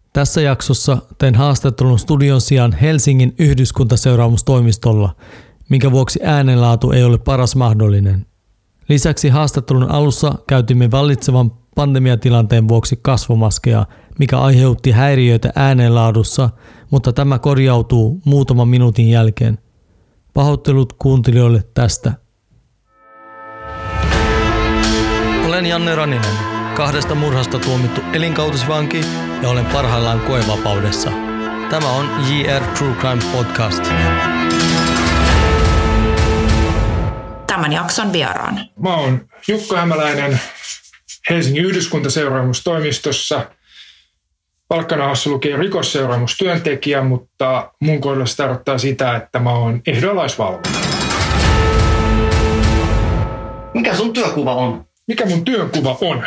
Tässä jaksossa teen haastattelun studion sijaan Helsingin yhdyskuntaseuraamustoimistolla, minkä vuoksi äänenlaatu ei ole paras mahdollinen. Lisäksi haastattelun alussa käytimme vallitsevan pandemiatilanteen vuoksi kasvomaskeja, mikä aiheutti häiriöitä äänenlaadussa, mutta tämä korjautuu muutaman minuutin jälkeen. Pahoittelut kuuntelijoille tästä. Olen Janne Ranninen, 2 murhasta tuomittu elinkautisvanki ja olen parhaillaan koevapaudessa. Tämä on JR True Crime Podcast. Tämän jakson vieraan. Mä oon Jukka Hämäläinen Helsingin yhdyskuntaseuraamustoimistossa. Palkkanahassa lukee rikosseuraamustyöntekijä, mutta mun kohdalla se tarkoittaa sitä, että mä oon ehdonalaisvalvoja. Mikä sun työkuva on? Mikä mun työkuva on?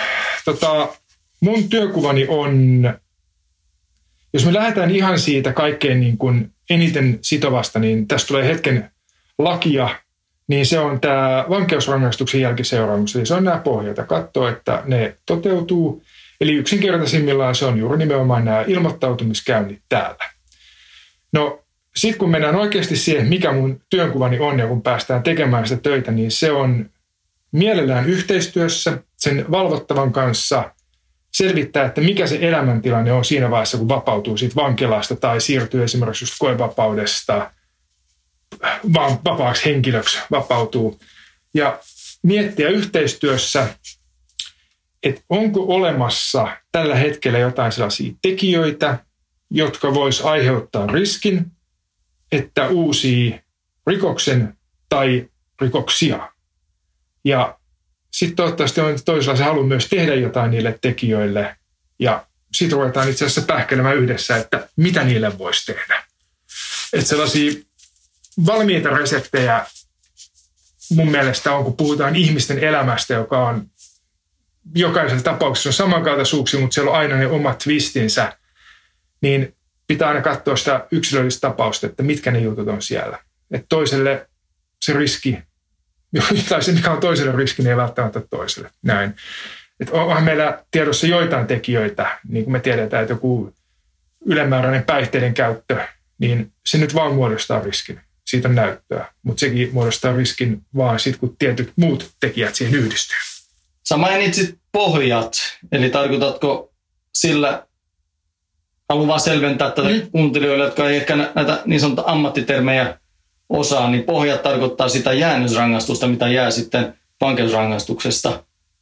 Mun työkuvani on, jos me lähdetään ihan siitä kaikkein niin kuin eniten sitovasta, niin tästä tulee hetken lakia, niin se on tämä vankeusrangaistuksen jälkiseuraamus. Eli se on nämä pohjat ja katsoo, että ne toteutuu. Eli yksinkertaisimmillaan se on juuri nimenomaan nämä ilmoittautumiskäynnit täällä. No sitten kun mennään oikeasti siihen, mikä mun työnkuvani on ja kun päästään tekemään sitä töitä, niin se on mielellään yhteistyössä sen valvottavan kanssa selvittää, että mikä se elämäntilanne on siinä vaiheessa, kun vapautuu siitä vankilasta tai siirtyy esimerkiksi just koevapaudesta vaan vapaaksi henkilöksi vapautuu. Ja miettiä yhteistyössä, että onko olemassa tällä hetkellä jotain sellaisia tekijöitä, jotka vois aiheuttaa riskin, että uusii rikoksen tai rikoksia. Ja sitten toivottavasti on toisella se halu myös tehdä jotain niille tekijöille. Ja sitten ruvetaan itse asiassa pähkäilemään yhdessä, että mitä niille voisi tehdä. Että sellaisia valmiita reseptejä mun mielestä on, kun puhutaan ihmisten elämästä, joka on jokaisessa tapauksessa on samankaltaisuuksia, mutta siellä on aina ne omat twistinsä, niin pitää aina katsoa sitä yksilöllistä tapausta, että mitkä ne jutut on siellä. Että toiselle se riski, tai se mikä on toiselle riski, niin ei välttämättä toiselle. Näin. Että onhan meillä tiedossa joitain tekijöitä, niin kuin me tiedetään, että joku ylimääräinen päihteiden käyttö, niin se nyt vaan muodostaa riskin. Siitä on näyttöä, mutta sekin muodostaa riskin vaan sitten, kun tietyt muut tekijät siihen yhdistyy. Sä mainitsit pohjat, eli tarkoitatko sillä, haluan vaan selventää tätä kuuntelijoille, jotka ei ehkä näitä niin sanottuja ammattitermejä osaa, niin pohjat tarkoittaa sitä jäännösrangaistusta, mitä jää sitten vankeusrangaistuksesta.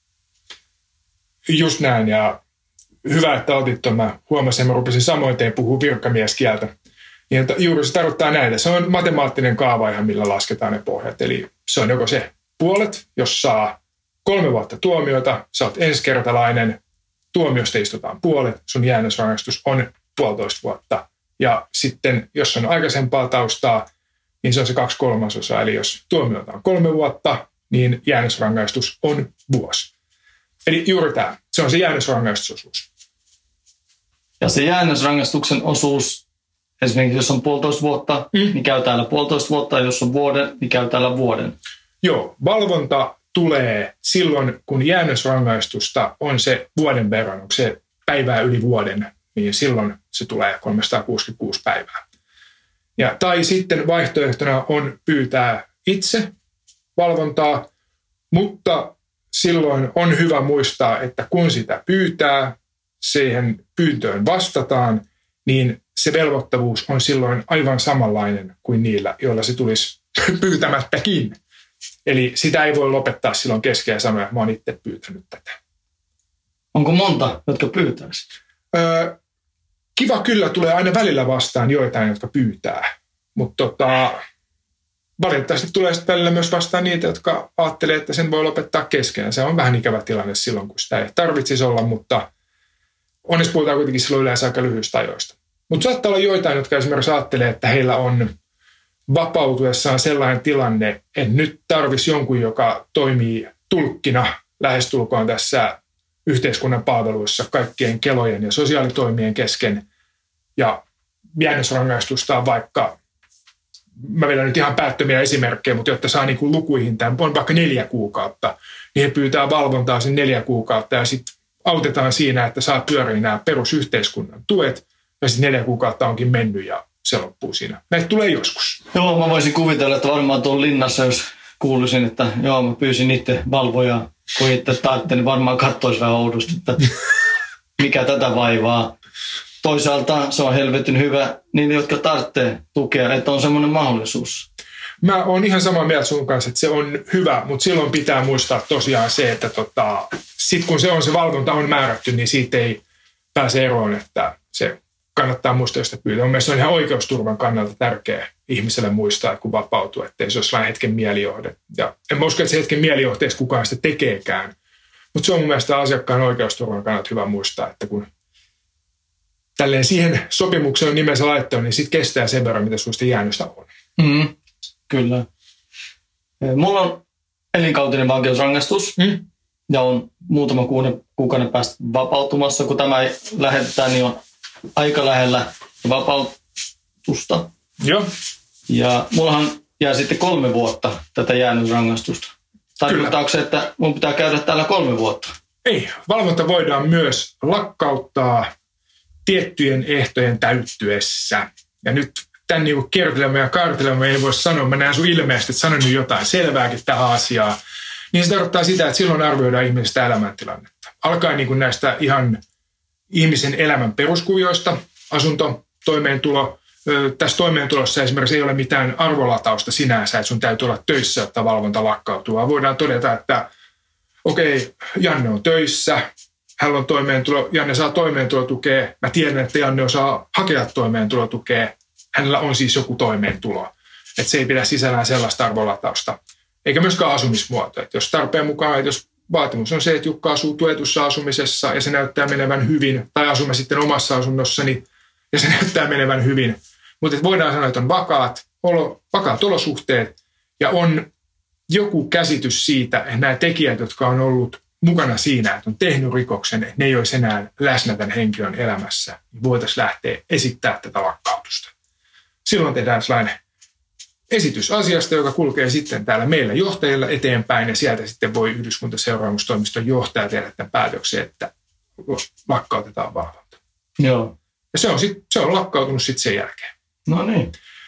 Just näin, ja hyvä, että otit tuon. Mä huomasin, että mä rupesin samoin puhua virkamieskieltä. Niin juuri se tarkoittaa näitä. Se on matemaattinen kaava ihan, millä lasketaan ne pohjat. Eli se on joko se puolet, jos saa 3 vuotta tuomiota, sä oot ensikertalainen, tuomiosta istutaan puolet, sun jäännösrangaistus on 1,5 vuotta. Ja sitten, jos on aikaisempaa taustaa, niin se on se 2/3. Eli jos tuomiota on 3 vuotta, niin jäännösrangaistus on vuosi. Eli juuri tämä, se on se jäännösrangaistusosuus. Ja se jäännösrangaistuksen osuus, esimerkiksi jos on 1,5 vuotta, niin käy täällä 1,5 vuotta, ja jos on vuoden, niin käy täällä vuoden. Joo, valvonta tulee silloin, kun jäännösrangaistusta on se vuoden verran, onko se päivää yli vuoden, niin silloin se tulee 366 päivää. Ja, tai sitten vaihtoehtona on pyytää itse valvontaa, mutta silloin on hyvä muistaa, että kun sitä pyytää, siihen pyyntöön vastataan, niin se velvoittavuus on silloin aivan samanlainen kuin niillä, joilla se tulisi pyytämättäkin. Eli sitä ei voi lopettaa silloin kesken ja sanoa, että mä oon itse pyytänyt tätä. Onko monta, jotka pyytäisi? Kiva kyllä, tulee aina välillä vastaan joitain, jotka pyytää. Mutta valitettavasti tulee sitten välillä myös vastaan niitä, jotka ajattelee, että sen voi lopettaa kesken. Se on vähän ikävä tilanne silloin, kun sitä ei tarvitsisi olla, mutta onneksi puhutaan kuitenkin silloin yleensä aika lyhyistä ajoista. Mutta saattaa olla joitain, jotka esimerkiksi ajattelee, että heillä on vapautuessaan sellainen tilanne, että nyt tarvisi jonkun, joka toimii tulkkina lähestulkoon tässä yhteiskunnan palveluissa kaikkien kelojen ja sosiaalitoimien kesken. Ja jäännösrangaistusta on vaikka, mä vedän nyt ihan päättömiä esimerkkejä, mutta jotta saa niin kuin lukuihin tämän, on vaikka 4 kuukautta, niin he pyytää valvontaa sen 4 kuukautta ja sitten autetaan siinä, että saa pyöriä nämä perusyhteiskunnan tuet, ja sitten 4 kuukautta onkin mennyt ja se loppuu siinä. Näitä tulee joskus. Joo, mä voisin kuvitella, että varmaan tuolla linnassa, jos kuulisin, että joo, mä pyysin itse valvojaa, kun itse tarvitsen, niin varmaan katsoisi vähän oudosti, että mikä tätä vaivaa. Toisaalta se on helvetin hyvä niille, jotka tarvitsee tukea, että on semmoinen mahdollisuus. Mä oon ihan samaa mieltä sun kanssa, että se on hyvä, mutta silloin pitää muistaa tosiaan se, että sit kun se valvonta on määrätty, niin siitä ei pääse eroon, että se kannattaa muistaa, jos sitä pyytää. Mielestäni se on ihan oikeusturvan kannalta tärkeä ihmiselle muistaa, että kun vapautuu, ettei se ole sellainen hetken mielijohde. Ja en mä usko, että se hetken mielijohteessa kukaan sitä tekeekään, mutta se on mun mielestä asiakkaan oikeusturvan kannalta hyvä muistaa, että kun tälleen siihen sopimukseen on nimensä laittanut, niin sitten kestää sen verran, mitä susta jäännöstä on. Kyllä. Mulla on elinkautinen vankeusrangaistus ja on muutama kuukauden päästä vapautumassa. Kun tämä lähetetään, niin on aika lähellä vapautusta. Joo. Ja mullahan jää sitten 3 vuotta tätä jäännösrangaistusta. Tarkoittaako se, että mun pitää käydä täällä 3 vuotta? Ei. Valvonta voidaan myös lakkauttaa tiettyjen ehtojen täyttyessä. Ja nyt tämän niin kertelemaan ja kaartelemaan ei voi sanoa, mä näen sun ilmeisesti, että sanon nyt jotain selvääkin tähän asiaan. Niin se tarkoittaa sitä, että silloin arvioidaan ihmisestä elämäntilannetta. Alkaen niin kuin näistä ihan ihmisen elämän peruskuvioista, asunto, toimeentulo. Tässä toimeentulossa esimerkiksi ei ole mitään arvolatausta sinänsä, että sun täytyy olla töissä, jotta valvonta lakkautuu. Vaan voidaan todeta, että okei, Janne on töissä, hän on toimeentulo, Janne saa toimeentulotukea. Mä tiedän, että Janne osaa hakea toimeentulotukea. Hänellä on siis joku toimeentulo. Että se ei pidä sisällään sellaista arvolatausta. Eikä myöskään asumismuoto. Että jos tarpeen mukaan, että jos vaatimus on se, että Jukka asuu tuetussa asumisessa ja se näyttää menevän hyvin, tai asumme sitten omassa asunnossani ja se näyttää menevän hyvin. Mutta voidaan sanoa, että on vakaat olosuhteet ja on joku käsitys siitä, että nämä tekijät, jotka on ollut mukana siinä, että on tehnyt rikoksen, että ne ei olisi enää läsnä tämän henkilön elämässä, niin voitaisiin lähteä esittämään tätä lakkautusta. Silloin tehdään sellainen esitys asiasta, joka kulkee sitten täällä meillä johtajilla eteenpäin, ja sieltä sitten voi yhdyskuntaseuraamustoimiston johtaja tehdä tämän päätöksen, että lakkautetaan valvonta. Joo. Ja se on lakkautunut sitten sen jälkeen. No niin.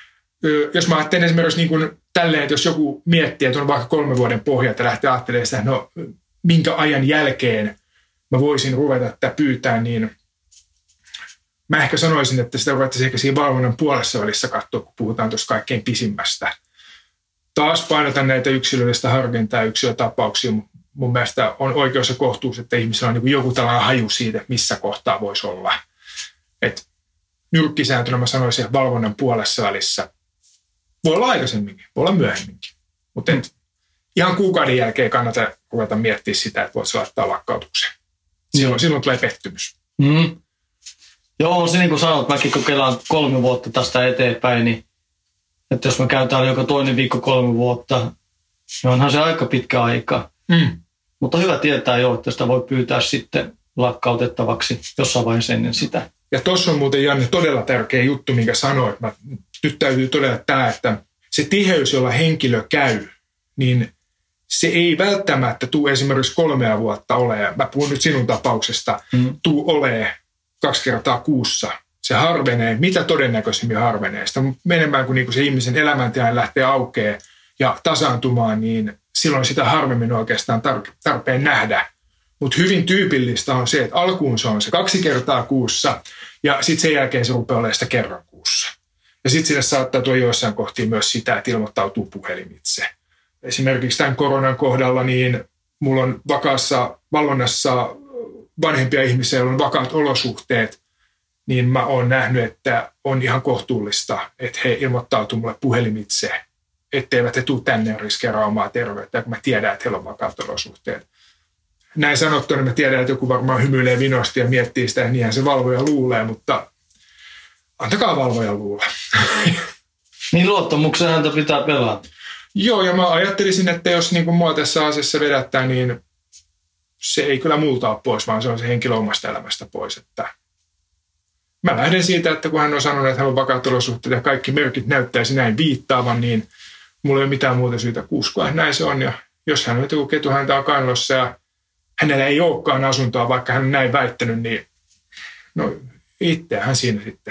Jos mä ajattelen esimerkiksi niin kuin tälleen, että jos joku miettii, että on vaikka 3 vuoden pohja, että lähtee ajattelemaan sitä, no minkä ajan jälkeen mä voisin ruveta tätä pyytää, niin mä ehkä sanoisin, että sitä ruvettaisiin ehkä siinä valvonnan puolessa välissä katsoa, kun puhutaan tuosta kaikkein pisimmästä. Taas painotan näitä yksilöllistä harkintaa ja yksilötapauksia. Mun mielestä on oikeus ja kohtuus, että ihmisellä on niin joku tällainen haju siitä, missä kohtaa voisi olla. Et nyrkkisääntönä mä sanoisin, että valvonnan puolessa välissä voi olla aikaisemminkin, voi olla myöhemminkin. Mutta ihan kuukauden jälkeen kannata ruveta miettiä sitä, että voisi laittaa lakkautukseen. Silloin tulee pettymys. Joo, on se niin kuin sanot, mäkin kun kelaan 3 vuotta tästä eteenpäin, niin että jos mä käyn täällä joka toinen viikko 3 vuotta, niin onhan se aika pitkä aika. Mutta hyvä tietää jo, että sitä voi pyytää sitten lakkautettavaksi jossain vaiheessa ennen sitä. Ja tuossa on muuten, Janne, todella tärkeä juttu, minkä sanoit. Nyt täytyy todeta tämä, että se tiheys, jolla henkilö käy, niin se ei välttämättä tule esimerkiksi 3 vuotta olemaan. Mä puhun nyt sinun tapauksesta. Tuu olemaan 2 kertaa kuussa. Se harvenee. Mitä todennäköisemmin harvenee? Sitä menemään, kun se ihmisen elämäntilanne lähtee aukeamaan ja tasaantumaan, niin silloin sitä harvemmin oikeastaan tarpeen nähdä. Mutta hyvin tyypillistä on se, että alkuun se on se 2 kertaa kuussa ja sitten sen jälkeen se rupeaa olemaan sitä kerran kuussa. Ja sitten sinne saattaa tulla joissain kohtiin myös sitä, että ilmoittautuu puhelimitse. Esimerkiksi tämän koronan kohdalla niin mulla on vakaassa valvonnassa vanhempia ihmisiä, joilla on vakaat olosuhteet, niin mä oon nähnyt, että on ihan kohtuullista, että he ilmoittautuu mulle puhelimitse, etteivät he tule tänne riskeeraamaan omaa terveyttä, kun mä tiedän, että heillä on vakaat olosuhteet. Näin sanottuna mä tiedän, että joku varmaan hymyilee vinosti ja miettii sitä, että niinhän se valvoja luulee, mutta antakaa valvoja luulla. Niin luottamuksen häntä pitää pelata. Joo, ja mä ajattelisin, että jos niin kuin mua tässä asiassa vedättää, niin se ei kyllä multa ole pois, vaan se on se henkilö omasta elämästä pois. Että mä lähden siitä, että kun hän on sanonut, että hän on vakaat olosuhteet ja kaikki merkit näyttäisi näin viittaavan, niin mulla ei ole mitään muuta syytä uskoa, että näin se on. Ja jos hän on joku ketuhäntä on kainalossa ja hänellä ei olekaan asuntoa, vaikka hän on näin väittänyt, niin no itsehän siinä sitten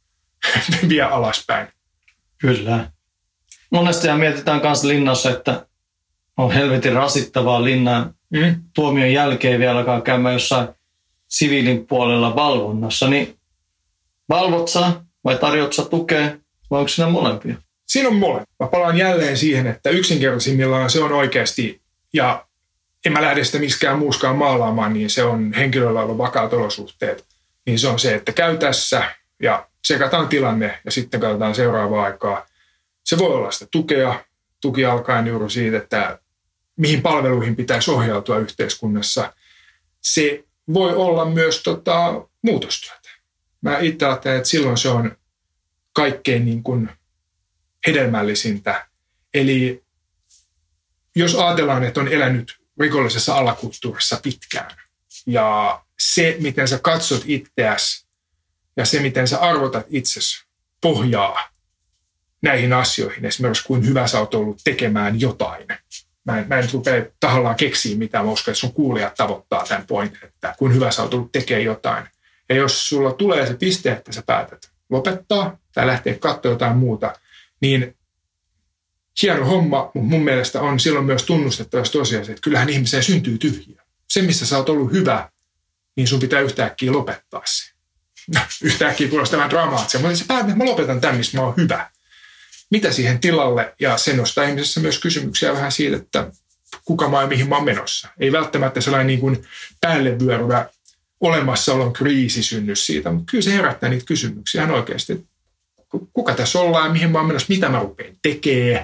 vie alaspäin. Kyllä. Monestihan mietitään myös linnassa, että on helvetin rasittavaa linnaan. Tuomion jälkeen vielä alkaa käymään jossain siviilin puolella valvonnassa, niin valvot sä vai tarjot sä tukea vai onko siinä molempia? Siinä on molemmat. Mä palaan jälleen siihen, että yksinkertaisimmillaan se on oikeasti, ja en mä lähde sitä miskään muuskaan maalaamaan, niin se on henkilöllä ollut vakaat olosuhteet. Niin se on se, että käy tässä ja sekataan tilanne ja sitten katsotaan seuraavaa aikaa. Se voi olla sitä tukea. Tuki alkaen juuri siitä, että mihin palveluihin pitäisi ohjautua yhteiskunnassa. Se voi olla myös muutostyötä. Mä itse ajattelen, että silloin se on kaikkein niin kuin hedelmällisintä. Eli jos ajatellaan, että on elänyt rikollisessa alakulttuurissa pitkään ja se, miten sä katsot itseäsi ja se, miten sä arvotat itsesi, pohjaa näihin asioihin. Esimerkiksi kuin hyvä sä oot ollut tekemään jotain. Mä en rupea tahallaan keksiä mitään. Mä uskon, että sun kuulijat tavoittaa tämän pointin, että kuin hyvä sä oot ollut tekemään jotain. Ja jos sulla tulee se piste, että sä päätät lopettaa tai lähteä katsoa jotain muuta, niin hieno homma, mutta mun mielestä on silloin myös tunnustettava tosiasia, että kyllähän ihmiseen syntyy tyhjiä. Se, missä sä oot ollut hyvä, niin sun pitää yhtäkkiä lopettaa se. Yhtäkkiä kuulostaa vähän dramaattisia, mutta sä päätät, että mä lopetan tämän, missä mä oon hyvä. Mitä siihen tilalle? Ja se nostaa ihmisessä myös kysymyksiä vähän siitä, että kuka mä oon ja mihin mä oon menossa. Ei välttämättä sellainen niin kuin päälle vyöryvä olemassaolon kriisi synny siitä, mutta kyllä se herättää niitä kysymyksiä ihan oikeasti. Että kuka tässä ollaan ja mihin mä oon menossa, mitä mä rupean tekemään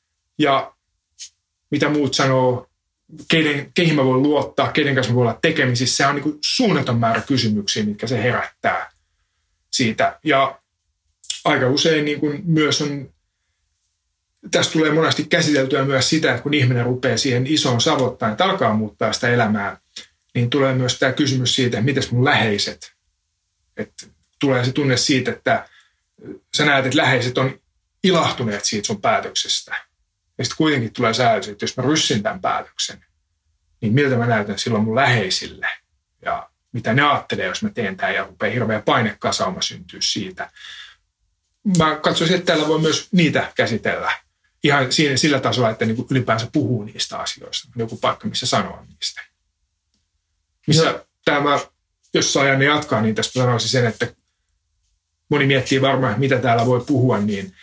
ja mitä muut sanoo, keihin mä voin luottaa, keiden kanssa mä voin olla tekemisissä. Se on niin kuin suunnaton määrä kysymyksiä, mitkä se herättää siitä. Ja aika usein niin kuin myös on, tässä tulee monesti käsiteltyä myös sitä, että kun ihminen rupeaa siihen isoon savottaan, että alkaa muuttaa sitä elämää, niin tulee myös tämä kysymys siitä, että mites mun läheiset. Että tulee se tunne siitä, että sä näet, että läheiset on ilahtuneet siitä sun päätöksestä. Ja sitten kuitenkin tulee säädös, että jos mä ryssin tämän päätöksen, niin miltä mä näytän silloin mun läheisille. Ja mitä ne ajattelee, jos mä teen tämän ja rupeaa hirveä painekasauma syntyä siitä. Mä katsoisin, että täällä voi myös niitä käsitellä. Ihan siinä, sillä tasolla, että niin ylipäänsä puhuu niistä asioista. On joku paikka, missä sanoa niistä. Missä tämä jossain ajan jatkaa, niin tästä sanoisin sen, että moni miettii varmaan, mitä täällä voi puhua, niin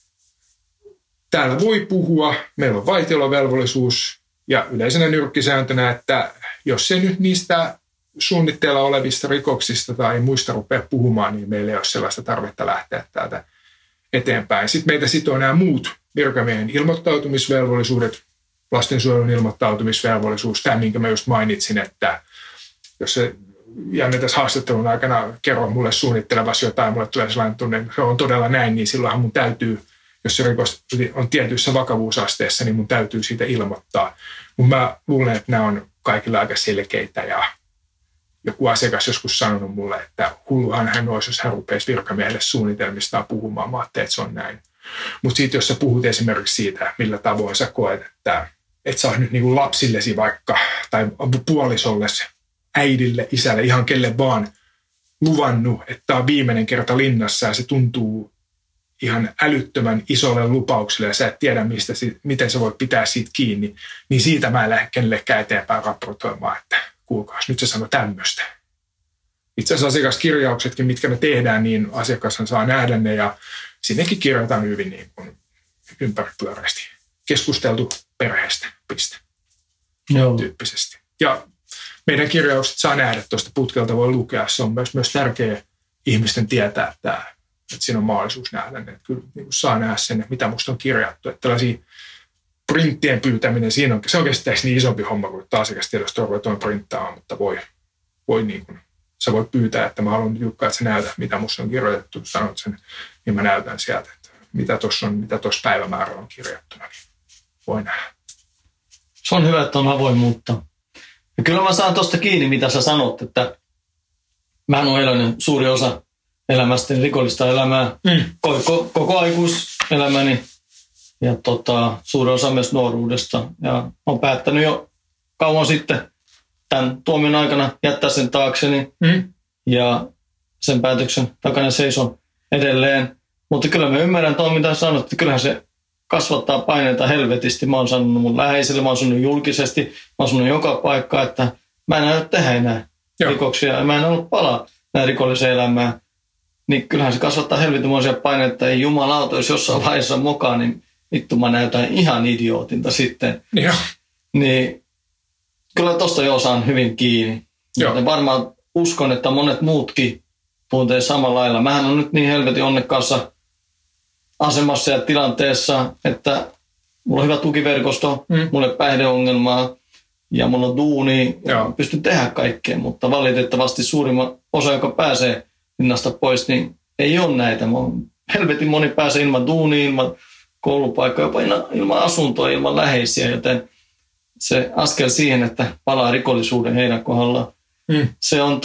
täällä voi puhua. Meillä on vaitiolovelvollisuus ja yleisenä nyrkkisääntönä, että jos se nyt niistä suunnitteilla olevista rikoksista tai muista rupea puhumaan, niin meillä ei ole sellaista tarvetta lähteä täältä eteenpäin. Sitten meitä sitoo nämä muut virkamiehen ilmoittautumisvelvollisuudet, lastensuojelun ilmoittautumisvelvollisuus, tämä minkä mä just mainitsin, että jos se Janne tässä haastattelun aikana kerro mulle suunnittelevasi jotain, mulle tulee sellainen tunne, että se on todella näin, niin silloinhan mun täytyy, jos se rikos on tietyissä vakavuusasteessa, niin mun täytyy siitä ilmoittaa. Mutta mä luulen, että nämä on kaikilla aika selkeitä ja joku asiakas joskus sanonut mulle, että hulluhan hän olisi, jos hän rupeaisi virkamiehelle suunnitelmistaan puhumaan. Mä ajattelin, että se on näin. Mutta sitten jos sä puhut esimerkiksi siitä, millä tavoin sä koet, että et sä oot nyt niinku lapsillesi vaikka, tai puolisollesi, äidille, isälle, ihan kelle vaan luvannut, että tämä on viimeinen kerta linnassa ja se tuntuu ihan älyttömän isolle lupaukselle ja sä et tiedä, miten sä voit pitää siitä kiinni, niin siitä mä en lähde kenellekään eteenpäin raportoimaan, että kuulkaas, nyt se sanoo tämmöistä. Itse asiassa asiakaskirjauksetkin, mitkä me tehdään, niin asiakashan saa nähdä ne ja sinnekin kirjataan hyvin niin kuin ympäripyöreästi. Keskusteltu perheestä, piste. Joo. Tyyppisesti. Ja meidän kirjaukset saa nähdä, tuosta putkelta voi lukea. Se on myös tärkeää ihmisten tietää, että siinä on mahdollisuus nähdä. Että kyllä niin saa nähdä sen, että mitä musta on kirjattu. Että tällaisia printtien pyytäminen, siinä on, se on käsittääkseni niin isompi homma kuin asiakastiedosta voi tuon printtaa, mutta voi niin kuin, sä voit pyytää, että mä haluan Jukka, että sä näytät, mitä musta on kirjoitettu. Sanot sen, niin mä näytän sieltä, että mitä tuossa on, mitä tuossa päivämäärä on kirjattuna, niin voi nähdä. Se on hyvä, että on avoimuutta. Ja kyllä mä saan tuosta kiinni, mitä sä sanot, että mä oon elänyt suuri osa elämästäni rikollista elämää, koko aikuiselämäni ja suuri osa myös nuoruudesta. Ja oon päättänyt jo kauan sitten tämän tuomion aikana jättää sen taakseni ja sen päätöksen takana seison edelleen. Mutta kyllä mä ymmärrän tuon, mitä sanot, että kyllähän se kasvattaa paineita helvetisti. Mä oon sanonut mun läheisille, mä oon sanonut julkisesti, mä oon sanonut joka paikka, että mä en aio tehdä enää rikoksia ja mä en ollut palaa näin rikolliseen elämään. Niin kyllähän se kasvattaa helvetimoisia paineita, että ei jumalauta, jos jossain vaiheessa mokaa, niin vittu mä näytän ihan idiootinta sitten. Niin kyllä tosta jo saan hyvin kiinni. Joten varmaan uskon, että monet muutkin tuntee samalla lailla. Mähän on nyt niin helvetin onnekkaassa asemassa ja tilanteessa, että mulla on hyvä tukiverkosto, mulla ei päihdeongelmaa ja mulla on duuni ja pystyn tehdä kaikkea, mutta valitettavasti suurimman osa, joka pääsee linnasta pois, niin ei ole näitä. Helvetin moni pääsee ilman duunia, ilman koulupaikkaa, jopa ilman asuntoa, ilman läheisiä, joten se askel siihen, että palaa rikollisuuden heidän kohdallaan, se on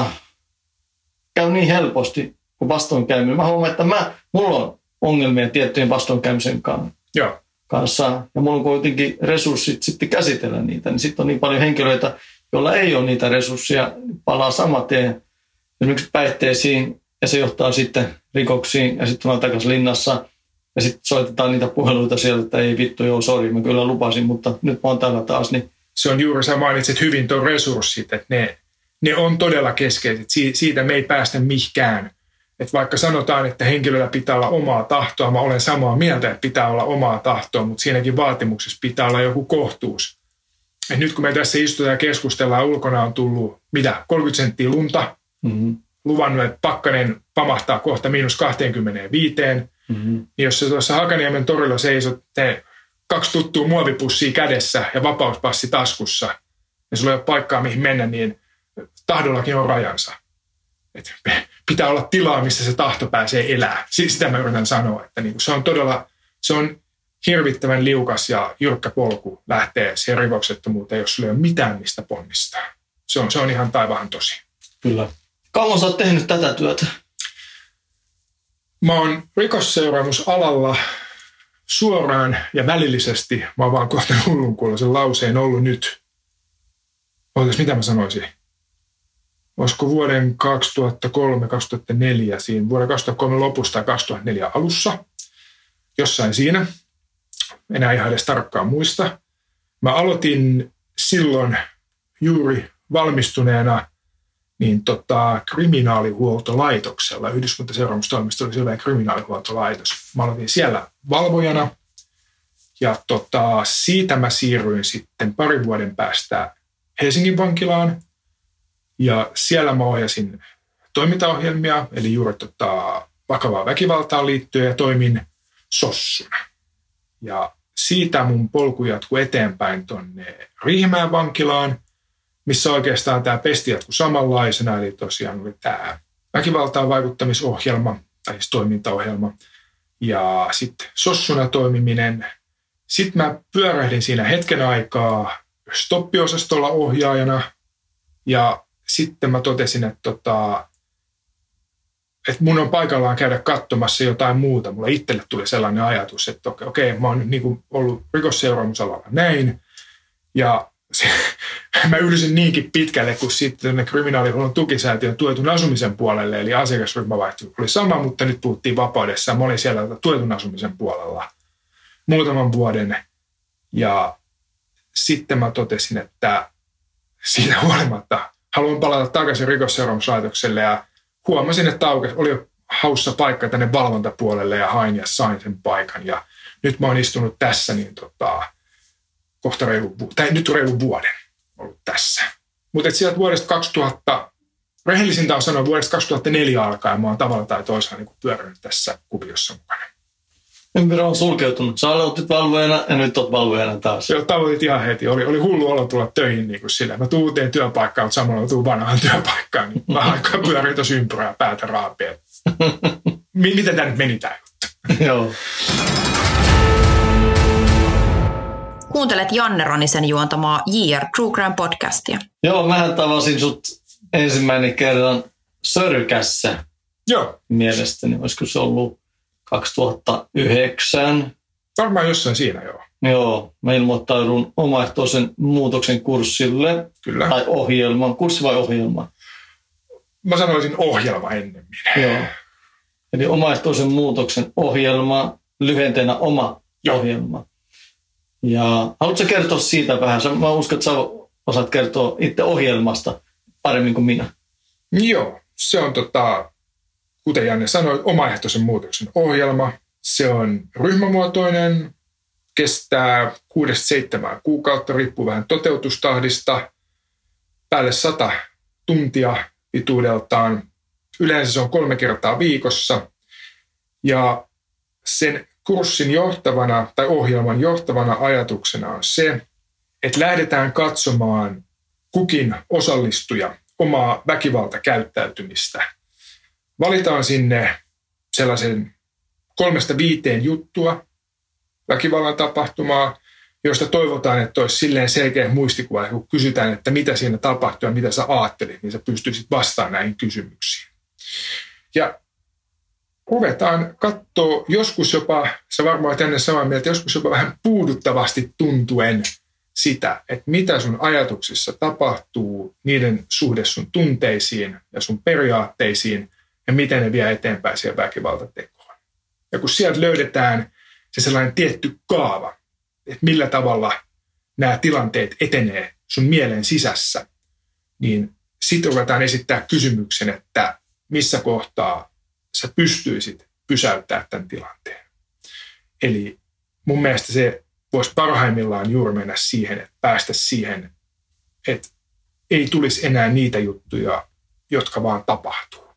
käy niin helposti kuin vastoinkäyminen. Mä huomaan, että mulla on ongelmia tiettyjen vastoinkäymisen kanssa ja mulla on kuitenkin resurssit sitten käsitellä niitä, niin sitten on niin paljon henkilöitä, joilla ei ole niitä resursseja, palaa saman tien esimerkiksi päihteisiin ja se johtaa sitten rikoksiin ja sitten ollaan takaisin linnassa ja sitten soitetaan niitä puheluita sieltä, että ei vittu, joo, sori, mä kyllä lupasin, mutta nyt mä oon täällä taas. Niin. Se on juuri, sä mainitsit hyvin tuon resurssit, että ne on todella keskeiset. Siitä me ei päästä mihinkään. Että vaikka sanotaan, että henkilöllä pitää olla omaa tahtoa, mä olen samaa mieltä, että pitää olla omaa tahtoa, mutta siinäkin vaatimuksessa pitää olla joku kohtuus. Et nyt kun me tässä istutaan ja keskustellaan, ulkona on tullut 30 senttiä lunta, luvannut, että pakkanen pamahtaa kohta -25, niin jos sä tuossa Hakaniemen torilla seisot 2 tuttua muovipussia kädessä ja vapauspassi taskussa, ja sulla ei ole paikkaa mihin mennä, niin tahdollakin on rajansa. Et pitää olla tilaa, missä se tahto pääsee elää. Sitä mä yritän sanoa, että niinku se on hirvittävän liukas ja jyrkkä polku lähtee siihen rikoksettomuuteen, jos sulla ei ole mitään mistä ponnistaa. Se on ihan taivaan tosi. Kyllä. Kauan sä oot tehnyt tätä työtä? Mä oon rikosseuraamusalalla suoraan ja välillisesti, mä oon vaan kohta hullunkuuloisen lauseen ollut nyt. Mitä mä sanoisin? Olisiko vuoden 2003-2004, siinä vuoden 2003 lopusta ja 2004 alussa, jossain siinä, enää ihan edes tarkkaan muista. Mä aloitin silloin juuri valmistuneena niin kriminaalihuoltolaitoksella. Yhdyskuntaseuraamustoimisto oli silloin kriminaalihuoltolaitos. Mä aloitin siellä valvojana ja siitä mä siirryin sitten 2 vuoden päästä Helsingin vankilaan. Ja siellä mä ohjasin toimintaohjelmia, eli juuri vakavaa väkivaltaan liittyen ja toimin sossuna. Ja siitä mun polku jatkui eteenpäin tonne Riihimäen vankilaan, missä oikeastaan tämä pesti jatkui samanlaisena, eli tosiaan oli tämä väkivaltaan vaikuttamisohjelma, tai siis toimintaohjelma, ja sitten sossuna toimiminen. Sitten mä pyörähdin siinä hetken aikaa stoppiosastolla ohjaajana, ja sitten mä totesin, että mun on paikallaan käydä katsomassa jotain muuta. Mulle itselle tuli sellainen ajatus, että okei, mä oon nyt niin ollut rikosseuraamusalalla näin, ja mä ylsin niinkin pitkälle, kun sitten kriminaalihuollon tukisäätiön tuetun asumisen puolelle, eli asiakasryhmävaihto oli sama, mutta nyt puhuttiin vapaudessa. Mä olin siellä tuetun asumisen puolella muutaman vuoden, ja sitten mä totesin, että siitä huolimatta haluan palata takaisin rikosseuraamuslaitokselle, ja huomasin, että oli jo haussa paikka tänne valvontapuolelle, ja hain ja sain sen paikan, ja nyt mä oon istunut tässä niin kohta nyt reilun vuoden ollut tässä. Mutta sieltä vuodesta 2000, rehellisintä on sanoa, vuodesta 2004 alkaen mä oon tavalla tai toisella niin pyörinyt tässä kuviossa mukana. Ympyrä on sulkeutunut. Sä aloitit valvojana ja nyt oot valvojana taas. Joo, tavoitit ihan heti. Oli hullu olo tulla töihin niin kuin sillä. Mä tuun uuteen työpaikkaan, mutta samalla mä tuun vanhaan työpaikkaan. Niin mä aikaan pyörin tuossa ympyrää päätä raapia. Miten tämä nyt meni tää juttu? Joo. Kuuntelet Janne Ronisen juontamaa JR True Crime podcastia. Joo, mähän tavasin sut ensimmäinen kerran Sörkässä. Joo. Mielestäni. Olisiko se ollut 2009? Varmaan jossain siinä, joo. Joo, mä ilmoittaudun omaehtoisen muutoksen kurssille. Kyllä. Tai ohjelma. Kurssi vai ohjelma? Mä sanoisin ohjelma ennemmin. Joo. Eli omaehtoisen muutoksen ohjelma, lyhenteenä oma ohjelma. Ja haluatko kertoa siitä vähän? Mä uskon, että sä osaat kertoa itse ohjelmasta paremmin kuin minä. Joo, se on kuten Janne sanoi, omaehtoisen muutoksen ohjelma. Se on ryhmämuotoinen, kestää 6-7 kuukautta, riippuu vähän toteutustahdista, päälle 100 tuntia pituudeltaan. Yleensä se on 3 kertaa viikossa. Ja sen kurssin johtavana tai ohjelman johtavana ajatuksena on se, että lähdetään katsomaan kukin osallistuja omaa väkivaltakäyttäytymistä. Valitaan sinne sellaisen 3-5 juttua väkivallan tapahtumaa, josta toivotaan, että olisi silleen selkeä muistikuva, kun kysytään, että mitä siinä tapahtui ja mitä sä ajattelit, niin sä pystyisit vastaamaan näihin kysymyksiin. Ja ruvetaan katsoa joskus jopa, sä varmaan olet ennen samaa mieltä, joskus jopa vähän puuduttavasti tuntuen sitä, että mitä sun ajatuksissa tapahtuu, niiden suhde sun tunteisiin ja sun periaatteisiin ja miten ne vie eteenpäin siihen väkivaltatekoon. Ja kun sieltä löydetään se sellainen tietty kaava, että millä tavalla nämä tilanteet etenee sun mielen sisässä, niin sitten ruvetaan esittää kysymyksen, että missä kohtaa sä pystyisit pysäyttämään tämän tilanteen. Eli mun mielestä se voisi parhaimmillaan juuri mennä siihen, että päästä siihen, että ei tulisi enää niitä juttuja, jotka vaan tapahtuu.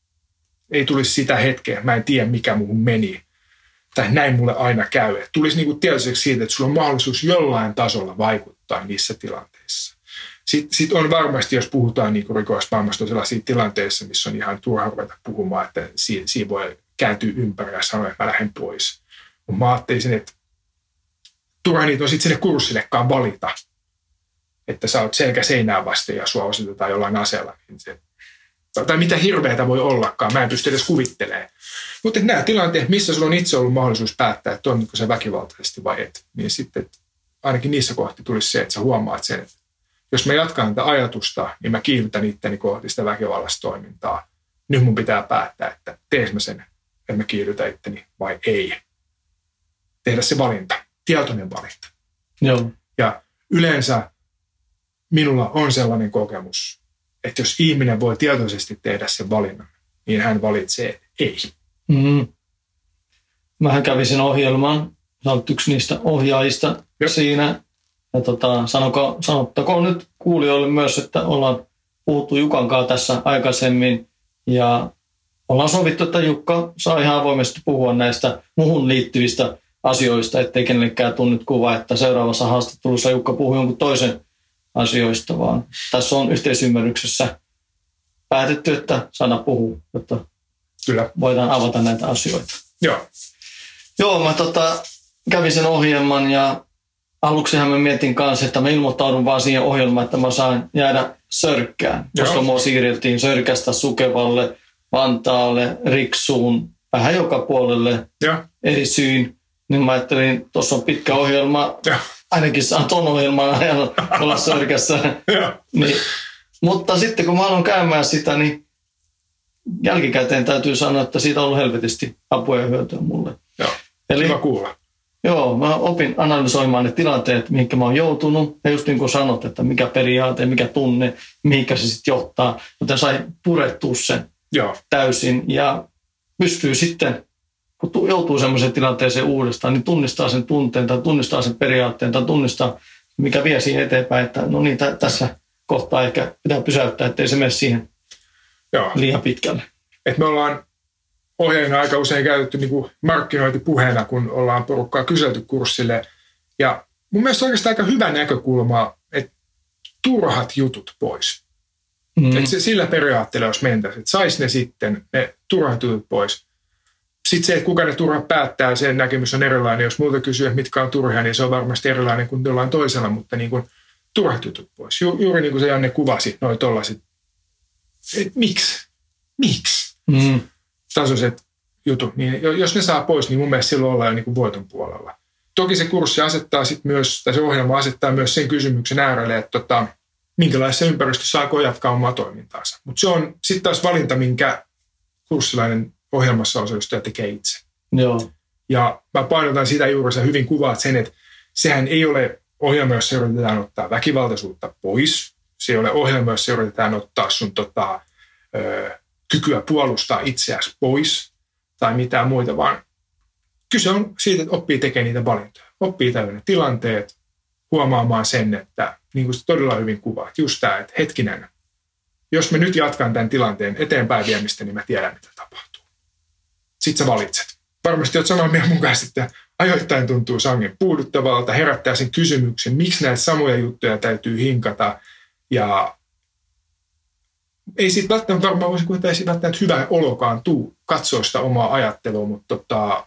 Ei tulisi sitä hetkeä, mä en tiedä mikä muuhun meni, tai näin mulle aina käy. Et tulisi niinku tietoiseksi siitä, että sulla on mahdollisuus jollain tasolla vaikuttaa niissä tilanteissa. Sitten on varmasti, jos puhutaan niinku rikosmaailmasta sellaisia tilanteissa, missä on ihan turha ruveta puhumaan, että siinä voi kääntyä ympäri ja sanoa, että mä lähden pois. Mutta mä ajattelisin, että turha niitä on sitten sinne kurssillekaan valita, että sä oot selkä seinään vasten ja sua ositetaan jollain aseella. Tai mitä hirveätä voi ollakaan, mä en pysty edes kuvittelemaan. Mutta nämä tilanteet, missä sulla on itse ollut mahdollisuus päättää, että toimitko se väkivaltaisesti vai et, niin sitten ainakin niissä kohti tulisi se, että sä huomaat sen, että jos mä jatkan tätä ajatusta, niin mä kiihdytän itteni kohti sitä väkivallasta toimintaa. Nyt mun pitää päättää, että tees mä sen, että mä kiihdytän itteni vai ei. Tehdä se valinta, tietoinen valinta. Joo. Ja yleensä minulla on sellainen kokemus, että jos ihminen voi tietoisesti tehdä sen valinnan, niin hän valitsee ei. Mm-hmm. Mähän kävin sen ohjelman, sä olet yksi niistä ohjaajista siinä. Ja sanottakoon nyt kuulijoille myös, että ollaan puhuttu Jukan kanssa tässä aikaisemmin. Ja ollaan sovittu, että Jukka saa ihan avoimesti puhua näistä muuhun liittyvistä asioista, ettei kenellekään tule nyt kuva, että seuraavassa haastattelussa Jukka puhuu jonkun toisen asioista, vaan tässä on yhteisymmärryksessä päätetty, että sana puhuu, jotta Kyllä. voidaan avata näitä asioita. Joo, mä kävin sen ohjelman ja aluksihan mä mietin kanssa, että mä ilmoittaudun vaan siihen ohjelmaan, että mä saan jäädä Sörkkään, koska mua siirrettiin Sörkästä Sukevalle, Vantaalle, Riksuun, vähän joka puolelle eri syyn. Niin mä ajattelin, tuossa on pitkä ohjelma, ainakin saan ton ohjelman ajalla olla Sörkässä. Niin, mutta sitten kun mä aloin käymään sitä, niin jälkikäteen täytyy sanoa, että siitä on ollut helvetisti apua ja hyötyä mulle. Eli hyvä kuulla. Joo, mä opin analysoimaan ne tilanteet, mihinkä mä oon joutunut. Ja just niin kuin sanot, että mikä periaate, mikä tunne, mihinkä se sitten johtaa. Joten sai purettua sen täysin. Ja pystyy sitten, kun joutuu semmoiseen tilanteeseen uudestaan, niin tunnistaa sen tunteen tai tunnistaa sen periaatteen tai tunnistaa, mikä vie siihen eteenpäin. Että no niin, tässä kohtaa ehkä pitää pysäyttää, ettei se mene siihen liian pitkälle. Et me ollaan ohjeina aika usein käytetty niin kuin markkinointipuheena, kun ollaan porukkaa kyselty kurssille. Ja mun mielestä on oikeastaan aika hyvä näkökulma, että turhat jutut pois. Että sillä periaatteella, jos mentäisiin, että saisi ne sitten, ne turhat jutut pois. Sitten se, että kuka ne turhat päättää, sen näkemys on erilainen. Jos multa kysyy, että mitkä on turhia, niin se on varmasti erilainen kuin jollain toisella, mutta niin kuin turhat jutut pois. Juuri niin kuin se Janne kuvasi, noi tollaiset. Miksi? Tasoiset jutut. Niin jos ne saa pois, niin mun mielestä silloin ollaan jo niin kuin voiton puolella. toki se kurssi asettaa sitten myös, tai se ohjelma asettaa myös sen kysymyksen äärelle, että minkälaisessa ympäristössä saako jatkaa omaa toimintaansa. Mutta se on sitten taas valinta, minkä kurssilainen ohjelmassa osallistuja tekee itse. Joo. Ja mä painotan sitä juuri, sä hyvin kuvaat sen, että sehän ei ole ohjelma, jossa yritetään ottaa väkivaltaisuutta pois. Se ei ole ohjelma, jossa yritetään ottaa sun kykyä puolustaa itseäsi pois tai mitään muita, vaan kyse on siitä, että oppii tekemään niitä valintoja. Oppii täynnä tilanteet, huomaamaan sen, että niin kuin todella hyvin kuvaat, just tämä, että hetkinen, jos mä nyt jatkan tämän tilanteen eteenpäin viemistä, niin mä tiedän, mitä tapahtuu. Sitten sä valitset. Varmasti oot samaa mieltä mun kanssa, että ajoittain tuntuu sangen puuduttavalta, herättää sen kysymyksen, miksi näitä samoja juttuja täytyy hinkata. Ja ei siitä välttämättä varmaan voisi kuvitella, ei siitä välttämättä hyvä olokaan tuu katsoa sitä omaa ajattelua, mutta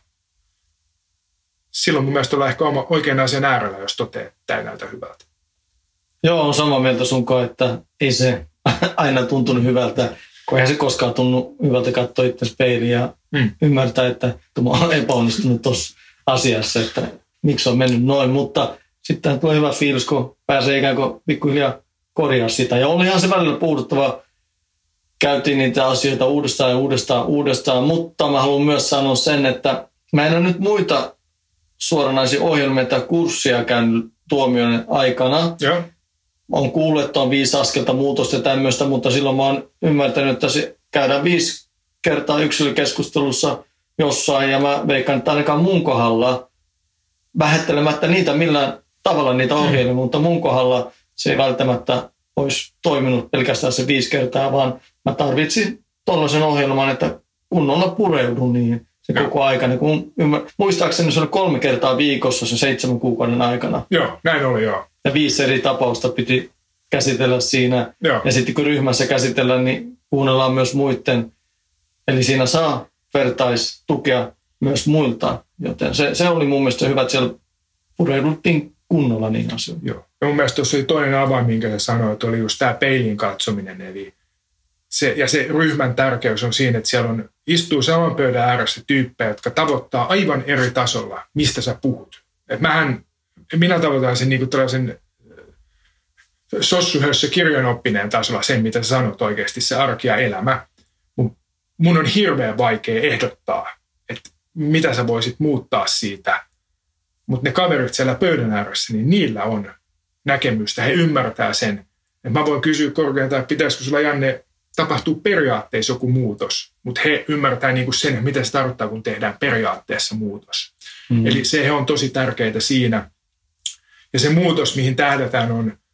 silloin mun mielestä ollaan ehkä oikean asian äärellä, jos toteaa, että tämä ei näytä hyvältä. Joo, on samaa mieltä sunkaan, että ei se aina tuntunut hyvältä, kun eihän se koskaan tunnu hyvältä katsoa itse peiliin ja ymmärtää, että mä olen epäonnistunut tuossa asiassa, että miksi on mennyt noin, mutta sitten tulee hyvä fiilis, kun pääsee ikään kuin pikkuhiljaa korjaa sitä. Ja olihan se välillä puuduttava, käytiin niitä asioita uudestaan, mutta mä haluan myös sanoa sen, että mä en ole nyt muita suoranaisia ohjelmia tai kurssia käynyt tuomion aikana. Joo. On kuullut, että on 5 askelta muutosta ja tämmöistä, mutta silloin mä oon ymmärtänyt, että se käydään 5 kertaa yksilökeskustelussa jossain, ja mä veikkaan, että ainakaan mun kohdalla, vähättelemättä niitä millään tavalla niitä ohjelmia, mutta mun kohdalla se ei välttämättä olisi toiminut pelkästään se 5 kertaa, vaan mä tarvitsin tollaisen ohjelman, että kunnolla pureudun niin se koko aikana. Muistaakseni se oli 3 kertaa viikossa se 7 kuukauden aikana. Joo, näin oli joo. Ja 5 eri tapausta piti käsitellä siinä. Joo. Ja sitten kun ryhmässä käsitellään, niin kuunnellaan myös muiden. Eli siinä saa vertaistukea myös muilta. Joten se oli mun mielestä hyvä, että siellä pureuduttiin kunnolla niin asioihin. Joo. Ja mun mielestä tuossa oli toinen avain, minkä sä sanoit, oli just tämä peilin katsominen. Eli se ryhmän tärkeys on siinä, että siellä istuu saman pöydän ääressä tyyppejä, jotka tavoittaa aivan eri tasolla, mistä sä puhut. Minä tavoitan sen niin kuin tällaisen sossuhössä kirjanoppineen tasolla sen, mitä sä sanot oikeasti, se arki ja elämä. Mun on hirveän vaikea ehdottaa, että mitä sä voisit muuttaa siitä. Mutta ne kaverit siellä pöydän ääressä, niin niillä on näkemystä. He ymmärtää sen. Et mä voin kysyä korkeintaan, että pitäisikö sulla, Janne, tapahtuu periaatteessa joku muutos. Mutta he ymmärtää niinku sen, mitä se tarkoittaa, kun tehdään periaatteessa muutos. Eli se on tosi tärkeää siinä. Ja se muutos, mihin tähdätään,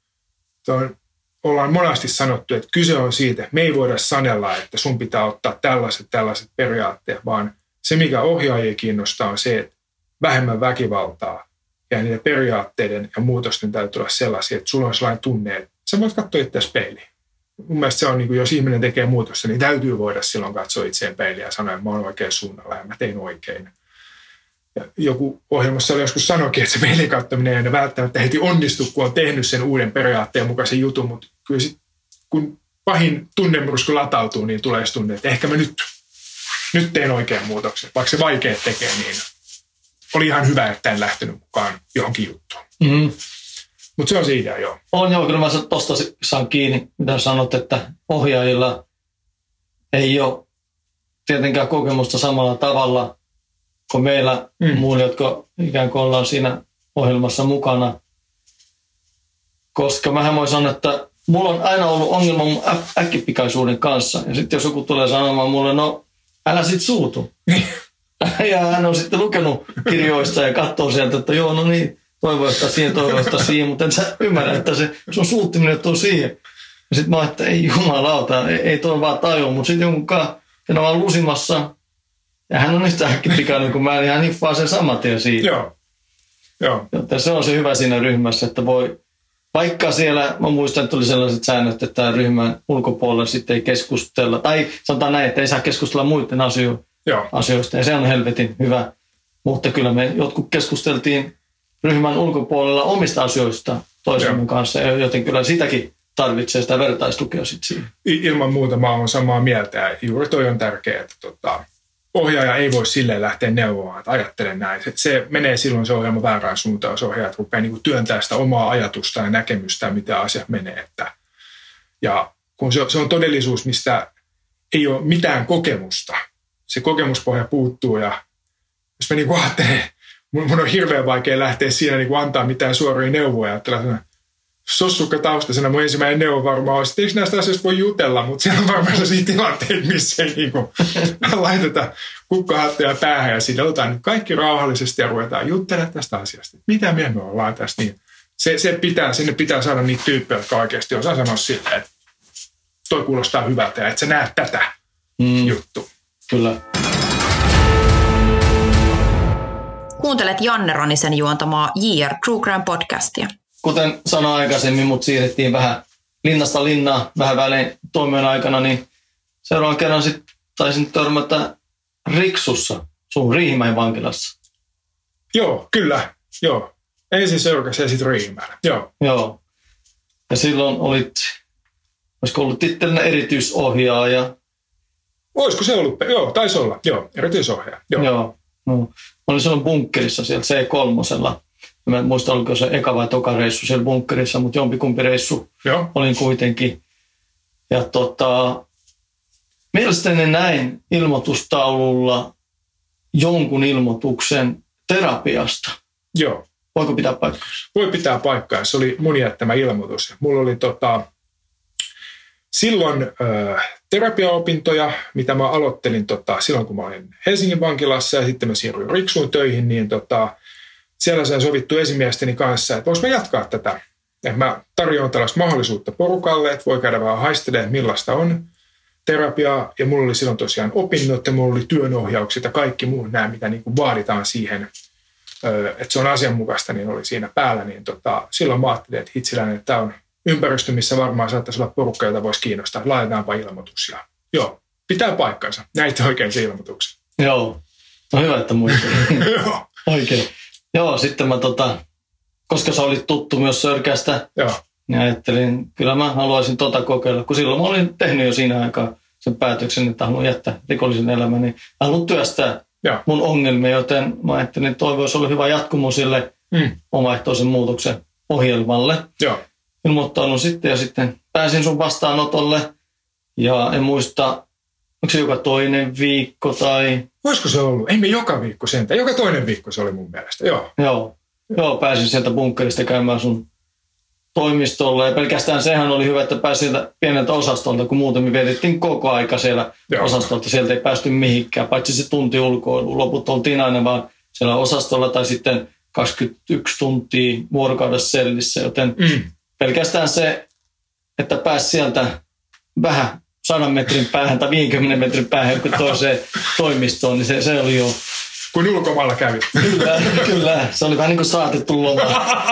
ollaan monasti sanottu, että kyse on siitä, että me ei voida sanella, että sun pitää ottaa tällaiset periaatteet, vaan se, mikä ohjaajia kiinnostaa, on se, että vähemmän väkivaltaa ja niiden periaatteiden ja muutosten täytyy olla sellaisia, että sulla on sellainen tunne, että sä voit katsoa itseäsi peiliin. Mun mielestä se on, niin kuin, jos ihminen tekee muutosta, niin täytyy voida silloin katsoa itseään peiliin ja sanoa, että mä oon oikein suunnalla ja mä tein oikein. Ja joku ohjelmassa oli joskus sanoikin, että se peilin katsominen ei välttämättä heti onnistu, kun on tehnyt sen uuden periaatteen mukaisen jutun, mutta kyllä sit, kun pahin tunnemyrsky latautuu, niin tulee se tunne, että ehkä mä nyt teen oikean muutoksen. Vaikka se vaikea tekee, niin oli ihan hyvä, että en lähtenyt mukaan johonkin juttuun. Mm-hmm. Mutta se on se idea, joo. On joo, kyllä mä tuosta saan kiinni, mitä sanot, että ohjaajilla ei ole tietenkään kokemusta samalla tavalla kuin meillä muilla, jotka ikään kuin ollaan siinä ohjelmassa mukana. Koska mähän voin sanoa, että mulla on aina ollut ongelma mun äkkipikaisuuden kanssa. Ja sitten jos joku tulee sanomaan mulle, no älä sit suutu. Ja hän on sitten lukenut kirjoista ja katsoo sieltä, että joo, no niin, toivoista siihen, mutta en sä ymmärrä, että se sun suuttiminen tuu siihen. Ja sitten mä oon, että ei jumalauta, ei toi vaan tajua, mutta sitten jonkunkaan, hän on vaan lusimassa, ja hän on yhtä äkkipikainen kuin mä, niin hän hiffaa sen saman tien siitä. Joo. Joten se on se hyvä siinä ryhmässä, että voi, vaikka siellä, mä muistan, että tuli sellaiset säännöt, että ryhmän ulkopuolella sitten ei keskustella, tai sanotaan näin, että ei saa keskustella muiden asioista, ja se on helvetin hyvä. Mutta kyllä me jotkut keskusteltiin ryhmän ulkopuolella omista asioista toisemme kanssa, joten kyllä sitäkin tarvitsee sitä vertaistukea sitten siihen. Ilman muuta mä oon samaa mieltä, ja juuri toi on tärkeää, että ohjaaja ei voi silleen lähteä neuvomaan, että ajattele näin. Se menee silloin se ohjelma väärään suuntaan, jos ohjaajat rupeaa niin kuin työntää sitä omaa ajatusta ja näkemystä, miten asiat menee. Ja kun se on todellisuus, mistä ei ole mitään kokemusta, se kokemuspohja puuttuu ja jos mä niin kuin ajattelen, mun on hirveän vaikea lähteä siinä niin kuin antaa mitään suoria neuvoja. Sossukka taustasena mun ensimmäinen neuvo varmaan olisi, että eikö näistä asioista voi jutella, mutta siellä on varmaan sellaisia tilanteita, missä ei niin kuin laiteta kukkahattuja päähän ja siinä otetaan nyt kaikki rauhallisesti ja ruvetaan juttelemaan tästä asiasta. Mitä me ollaan tässä? Niin sinne pitää saada niitä tyyppejä, jotka oikeasti osaa sanoa silleen, että toi kuulostaa hyvältä ja et sä näet tätä juttua. Kyllä. Kuuntelet Janne Ronisen juontamaa JR True Crime podcastia. Kuten sanoin aikaisemmin, mut siirrettiin vähän linnasta linnaan vähän välein tuomion aikana, niin seuraavan kerran sitten taisin törmätä Riksussa, sun Riihimäen vankilassa. Joo, kyllä. Joo. Ensin Seurakas ja sitten Riihimäellä. Joo. Ja silloin olisiko ollut tittelinä erityisohjaaja? Olisiko se ollut? Joo, taisi olla. Joo, erityisohjaaja. Joo. No, olin silloin bunkkerissa siellä C3. Mä en muista, oliko se eka vai toka reissu siellä bunkkerissa, mutta jompikumpi reissu olin kuitenkin. Ja mielestäni näin ilmoitustaululla jonkun ilmoituksen terapiasta. Joo. Voiko pitää paikkaansa? Voi pitää paikkaa. Se oli mun jättämä ilmoitus. Mulla oli silloin terapiaopintoja, mitä mä aloittelin silloin, kun mä olin Helsingin vankilassa ja sitten mä siirryin Riksuun töihin, niin siellä sain sovittu esimiesteni kanssa, että vois mä jatkaa tätä. Et mä tarjoan tällaista mahdollisuutta porukalle, että voi käydä vähän haistelemaan, millaista on terapiaa. Ja mulla oli silloin tosiaan opinnot ja mulla oli työnohjaukset ja kaikki muut nämä, mitä niin kuin vaaditaan siihen, että se on asianmukaista, niin oli siinä päällä. Niin silloin mä ajattelin, että hitsiläinen, että tämä on ympäristö, missä varmaan saattaisi olla porukka, jota voisi kiinnostaa. Laitetaanpa ilmoitus. Ja joo, pitää paikkansa. Näitä oikein se ilmoituksen. Joo, no hyvä, että muistin. Joo. Oikein. Joo, sitten mä koska sä olit tuttu myös Sörkästä, niin ajattelin, kyllä mä haluaisin kokeilla. Kun silloin mä olin tehnyt jo siinä aikaa sen päätöksen, että haluan jättää rikollisen elämän, niin haluan työstää mun ongelmia, joten mä ajattelin, että toi voisi olla hyvä jatkumo sille omaehtoisen muutoksen ohjelmalle. Joo. Ilmoittaudun sitten ja sitten pääsin sun vastaanotolle ja en muista, onko se joka toinen viikko tai... Voisiko se ollut? Ei me joka viikko sentään. Joka toinen viikko se oli mun mielestä, Joo, pääsin sieltä bunkkerista käymään sun toimistolle. Ja pelkästään sehän oli hyvä, että pääsin sieltä pieneltä osastolta, kun muuten me vietettiin koko aika siellä osastolta. Sieltä ei päästy mihinkään, paitsi se tunti ulkoilu. Loput oltiin aina vaan siellä osastolla tai sitten 21 tuntia vuorokaudessa sellissä. Joten pelkästään se, että pääsi sieltä vähän 100 metrin päähän tai 50 metrin päähän toiseen toimistoon, niin se oli jo... Kun ulkomailla kävi. Kyllä. Se oli vähän niin kuin saatettu loma.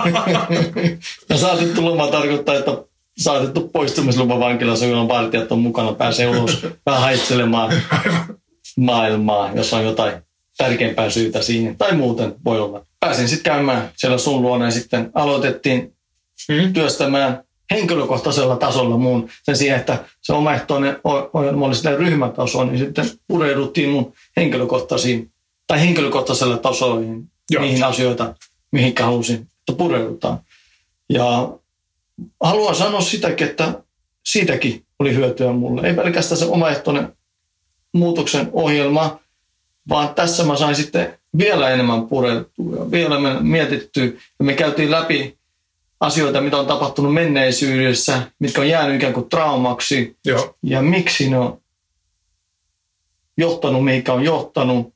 Ja saatettu loma tarkoittaa, että saatettu poistumislupa vankilassa, jolloin vartijat on mukana, pääsee ulos vähän haittelemaan maailmaa, jos on jotain tärkeämpää syytä siihen. Tai muuten voi olla. Pääsin sitten käymään siellä sun luona ja sitten aloitettiin työstämään henkilökohtaisella tasolla muun. Sen sijaan, että se omaehtoinen ohjelma oli sitä ryhmätasoa, niin sitten pureuduttiin mun henkilökohtaisella tasoihin niihin asioita, mihinkä halusin, että pureudutaan. Ja haluan sanoa sitäkin, että siitäkin oli hyötyä mulle. Ei pelkästään se omaehtoinen muutoksen ohjelma, vaan tässä mä sain sitten vielä enemmän pureuduttua ja vielä mietittyä. Ja me käytiin läpi asioita, mitä on tapahtunut menneisyydessä, mitkä on jäänyt ikään kuin traumaksi. Joo. Ja miksi ne on johtanut, mihinkä on johtanut.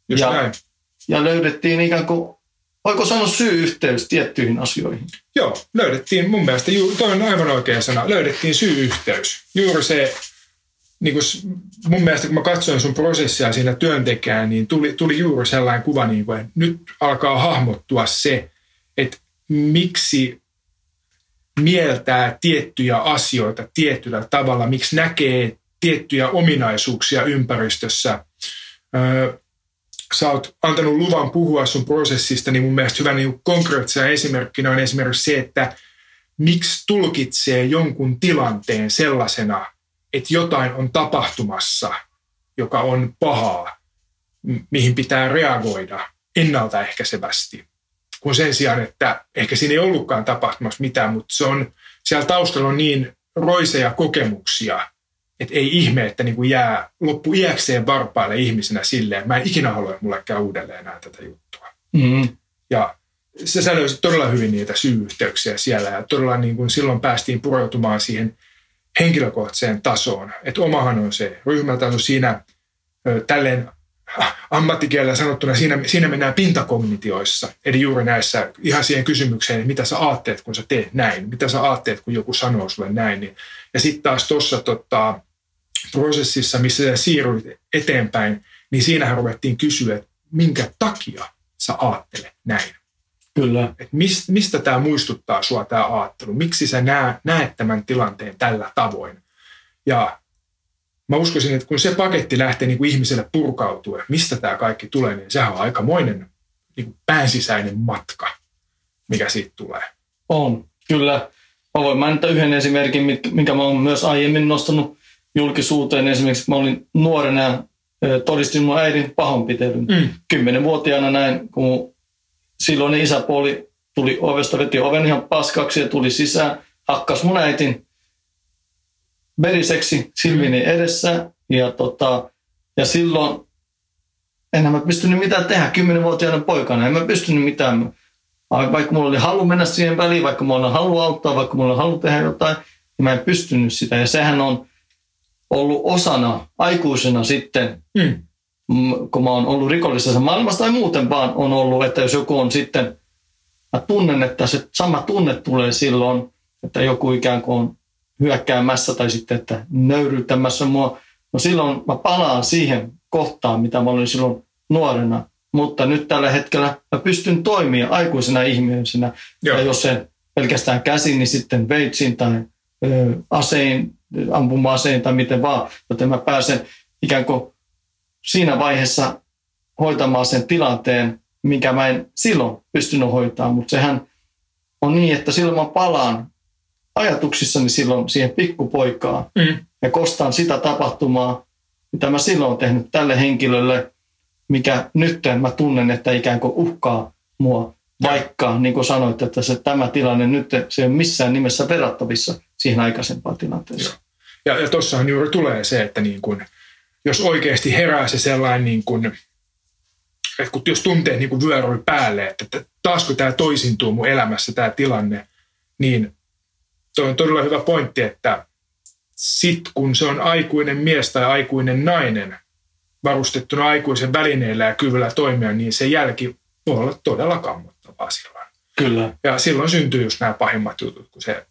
Ja löydettiin ikään kuin, voiko sanoa syy-yhteys tiettyihin asioihin? Joo, löydettiin mun mielestä, toi on aivan oikea sana, löydettiin syy-yhteys. Juuri se, niin kuin mun mielestä kun mä katsoin sun prosessia siinä työntekijään, niin tuli juuri sellainen kuva, niin kuin, että nyt alkaa hahmottua se, että miksi mieltää tiettyjä asioita tietyllä tavalla, miksi näkee tiettyjä ominaisuuksia ympäristössä. Sä oot antanut luvan puhua sun prosessista, niin mun mielestä hyvä niin konkreettisena esimerkkinä on esimerkiksi se, että miksi tulkitsee jonkun tilanteen sellaisena, että jotain on tapahtumassa, joka on pahaa. mihin pitää reagoida ennaltaehkäisevästi. Kun sen sijaan, että ehkä siinä ei ollutkaan tapahtumassa mitään, mutta siellä taustalla on niin roiseja kokemuksia, että ei ihme, että niin kuin jää loppuiäkseen varpaille ihmisenä silleen, että mä en ikinä halua, että mulle käy uudelleen enää tätä juttua. Mm. Ja sä löysit todella hyvin niitä syy-yhteyksiä siellä ja todella niin kuin silloin päästiin pureutumaan siihen henkilökohtaiseen tasoon. Että omahan on se ryhmätaso siinä tälleen ammattikielellä sanottuna, siinä mennään pintakognitioissa. Eli juuri näissä ihan siihen kysymykseen, että mitä sä aatteet, kun sä teet näin, mitä sä aatteet, kun joku sanoo sulle näin. Niin. Ja sitten taas tuossa prosessissa, missä sä siirryit eteenpäin, niin siinähän ruvettiin kysyä, että minkä takia sä aattelet näin. Kyllä. Et mistä tämä muistuttaa sua tämä aattelu? Miksi sä näet tämän tilanteen tällä tavoin? Ja mä uskoisin, että kun se paketti lähtee niin kuin ihmiselle purkautua, että mistä tämä kaikki tulee, niin sehän on aikamoinen niin kuin päänsisäinen matka, mikä siitä tulee. On, kyllä. Mä voin mainita yhden esimerkin, minkä mä oon myös aiemmin nostanut julkisuuteen. Esimerkiksi mä olin nuorena ja todistin mun äidin pahoinpitelyn. 10-vuotiaana näin, kun silloin isäpuoli tuli ovesta, veti oven ihan paskaksi ja tuli sisään, hakkas mun äitin veriseksi silmini edessä. Ja silloin enhän mä pystynyt mitään tehdä 10-vuotiaana poikana. En mä pystynyt mitään. Vaikka mulla oli halu mennä siihen väliin, vaikka mulla oli halu auttaa, vaikka mulla oli halu tehdä jotain, niin mä en pystynyt sitä. Ja sehän on ollut osana aikuisena sitten, kun mä oon ollut rikollisessa maailmassa tai muuten vaan on ollut, että jos joku on sitten, mä tunnen, että se sama tunne tulee silloin, että joku ikään kuin on hyökkäämässä tai sitten, että nöyryyttämässä mua. No silloin mä palaan siihen kohtaan, mitä mä olin silloin nuorena. Mutta nyt tällä hetkellä mä pystyn toimia aikuisena ihmisenä. Ja jos se pelkästään käsin, niin sitten veitsin tai asein, ampuma-asein tai miten vaan. Joten mä pääsen ikään kuin siinä vaiheessa hoitamaan sen tilanteen, minkä mä en silloin pystynyt hoitamaan. Mutta sehän on niin, että silloin mä palaan ajatuksissani silloin siihen pikkupoikaan ja kostan sitä tapahtumaa, mitä mä silloin olen tehnyt tälle henkilölle, mikä nyt mä tunnen, että ikään kuin uhkaa mua, vaikka niin kuin sanoit, että tämä tilanne nyt se ei ole missään nimessä verrattavissa siihen aikaisempaan tilanteeseen. Ja tuossahan juuri tulee se, että niin kun, jos oikeasti herää se sellainen, niin kun, että kun jos tunteet niin vyöryy päälle, että taasko tämä toisintuu mun elämässä tämä tilanne, niin tuo on todella hyvä pointti, että sit kun se on aikuinen mies tai aikuinen nainen, varustettuna aikuisen välineillä ja kyvyllä toimia, niin se jälki voi olla todella kammottavaa silloin. Kyllä. Ja silloin syntyy just nämä pahimmat jutut,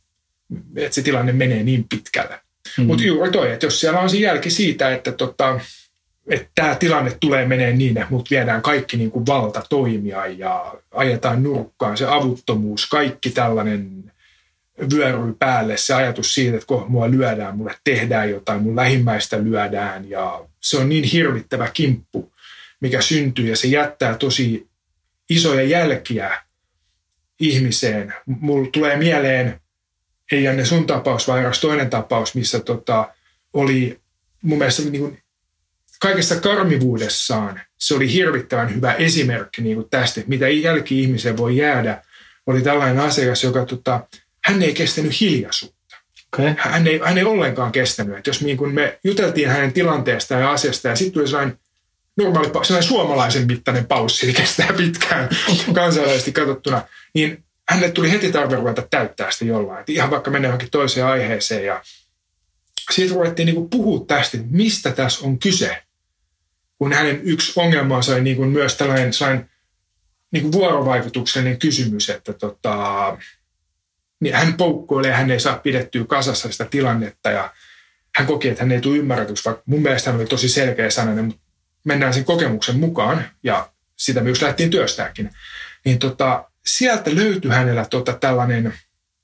että se tilanne menee niin pitkälle. Mutta juuri toi, että jos siellä on se jälki siitä, että tämä tilanne tulee menee niin, että mut viedään kaikki niin kuin valta toimia ja ajetaan nurkkaan, se avuttomuus, kaikki tällainen vyöryy päälle, se ajatus siitä, että kun mua lyödään, mulle tehdään jotain, mun lähimmäistä lyödään ja se on niin hirvittävä kimppu, mikä syntyy ja se jättää tosi isoja jälkiä ihmiseen. Mulla tulee mieleen, ei Janne sun tapaus, vaan eräs toinen tapaus, missä oli mun mielestä niin kuin kaikessa karmivuudessaan se oli hirvittävän hyvä esimerkki niin kuin tästä, että mitä jälki ihmiseen voi jäädä. Oli tällainen asiakas, joka hän ei kestänyt hiljaisuutta. Okay. Hän ei ollenkaan kestänyt. Että jos niin kun me juteltiin hänen tilanteestaan ja asiasta ja sitten tuli sellainen suomalaisen mittainen paussi, eli kestää pitkään kansainvälisesti katsottuna, niin hänelle tuli heti tarve ruveta täyttää sitä jollain. Että ihan vaikka mennään johonkin toiseen aiheeseen. Ja siitä ruvettiin niin puhua tästä, että mistä tässä on kyse. Kun hänen yksi ongelmansa oli niin myös tällainen niin vuorovaikutuksellinen kysymys, että niin hän poukkoilee, hän ei saa pidettyä kasassa sitä tilannetta ja hän koki, että hän ei tule ymmärretyksi, vaikka mun mielestä hän oli tosi selkeä sananen, mutta mennään sen kokemuksen mukaan ja sitä myös lähdettiin työstääkin. Niin sieltä löytyi hänellä tällainen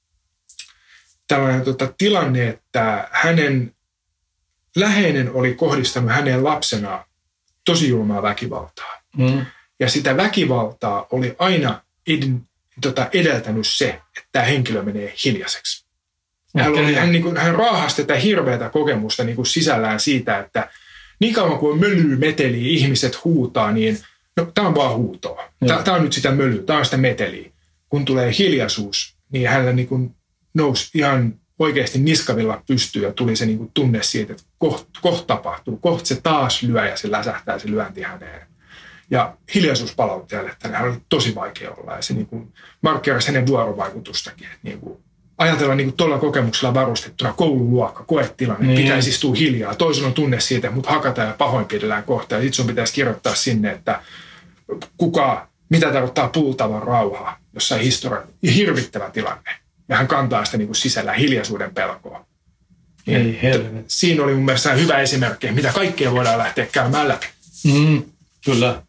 tilanne, että hänen läheinen oli kohdistanut hänen lapsena tosi julmaa väkivaltaa. Ja sitä väkivaltaa oli aina edeltänyt se, että tämä henkilö menee hiljaiseksi. Okay. Hän raahasi tätä hirveätä kokemusta niin kuin sisällään siitä, että niin kauan kuin mölyy, meteliä, ihmiset huutaa, niin no, tämä on vaan huutoa. Tämä on nyt sitä mölyä, tämä on sitä meteliä. Kun tulee hiljaisuus, niin hänellä niin kuin nousi ihan oikeasti niskavilla pystyyn ja tuli se niin kuin tunne siitä, että kohta tapahtuu, kohta se taas lyö ja se läsähtää se lyönti häneen. Ja hiljaisuus palautti hänelle, että hän oli tosi vaikea olla ja se niin kuin markkeerasi hänen vuorovaikutustakin. Niin kuin ajatella niin kuin tuolla kokemuksella varustettuna koululuokka, koetilanne, pitäisi istua hiljaa. Toisella on tunne siitä, että mut hakataan ja pahoinpidellään kohta ja sitten sun pitäisi kirjoittaa sinne, että mitä tarkoittaa pultavan rauha, jossain hirvittävä tilanne. Ja hän kantaa sitä niin kuin sisällä hiljaisuuden pelkoa. Ei siinä oli mun mielestä hyvä esimerkki, mitä kaikkea voidaan lähteä käymään läpi. Kyllä.